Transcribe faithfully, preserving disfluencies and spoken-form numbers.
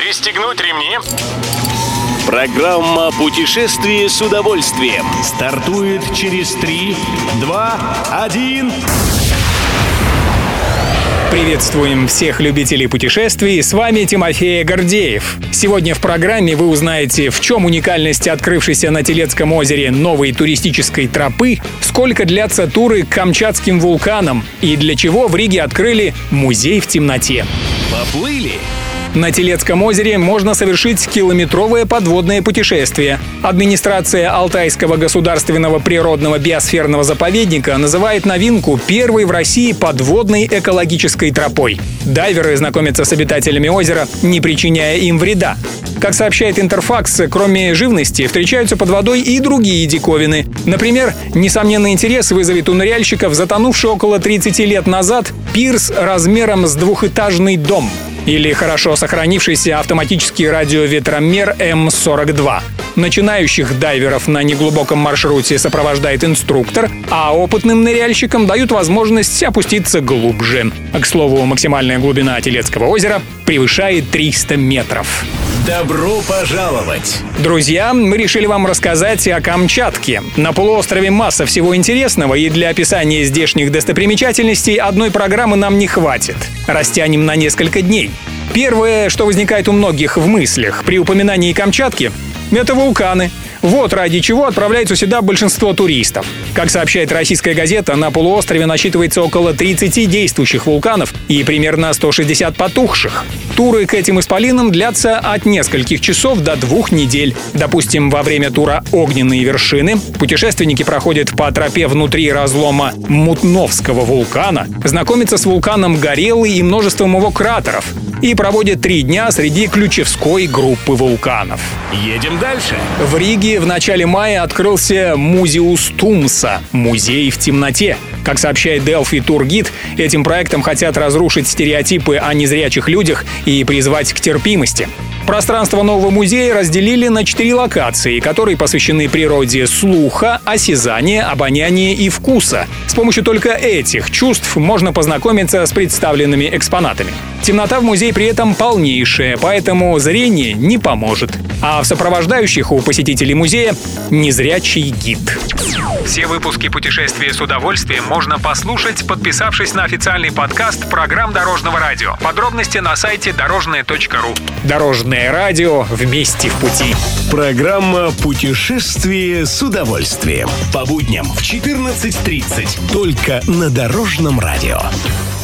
Пристегнуть ремни. Программа «Путешествие с удовольствием» стартует через три, два, один. Приветствуем всех любителей путешествий, с вами Тимофей Гордеев. Сегодня в программе вы узнаете, в чем уникальность открывшейся на Телецком озере новой туристической тропы, сколько длятся туры к камчатским вулканам и для чего в Риге открыли музей в темноте. Поплыли! На Телецком озере можно совершить километровое подводное путешествие. Администрация Алтайского государственного природного биосферного заповедника называет новинку первой в России подводной экологической тропой. Дайверы знакомятся с обитателями озера, не причиняя им вреда. Как сообщает Интерфакс, кроме живности встречаются под водой и другие диковины. Например, несомненный интерес вызовет у ныряльщиков затонувший около тридцати лет назад пирс размером с двухэтажный дом. Или хорошо сохранившийся автоматический радиоветромер эм сорок два. Начинающих дайверов на неглубоком маршруте сопровождает инструктор, а опытным ныряльщикам дают возможность опуститься глубже. К слову, максимальная глубина Телецкого озера превышает триста метров. Добро пожаловать! Друзья, мы решили вам рассказать о Камчатке. На полуострове масса всего интересного, и для описания здешних достопримечательностей одной программы нам не хватит. Растянем на несколько дней. Первое, что возникает у многих в мыслях при упоминании Камчатки, это вулканы. Вот ради чего отправляются сюда большинство туристов. Как сообщает российская газета, на полуострове насчитывается около тридцати действующих вулканов и примерно сто шестьдесят потухших. Туры к этим исполинам длятся от нескольких часов до двух недель. Допустим, во время тура «Огненные вершины» путешественники проходят по тропе внутри разлома Мутновского вулкана, знакомятся с вулканом Горелый и множеством его кратеров и проводят три дня среди ключевской группы вулканов. Едем дальше. В Риге в начале мая открылся Музеус Тумса – музей в темноте. Как сообщает Delphi Тургид, этим проектом хотят разрушить стереотипы о незрячих людях и призвать к терпимости. Пространство нового музея разделили на четыре локации, которые посвящены природе слуха, осязания, обоняния и вкуса. С помощью только этих чувств можно познакомиться с представленными экспонатами. Темнота в музее при этом полнейшая, поэтому зрение не поможет. А в сопровождающих у посетителей музея незрячий гид. Все выпуски «Путешествия с удовольствием» можно послушать, подписавшись на официальный подкаст программ Дорожного радио. Подробности на сайте дорожное точка ру. Дорожное радио, вместе в пути. Программа «Путешествие с удовольствием». По будням в четырнадцать тридцать. Только на Дорожном радио.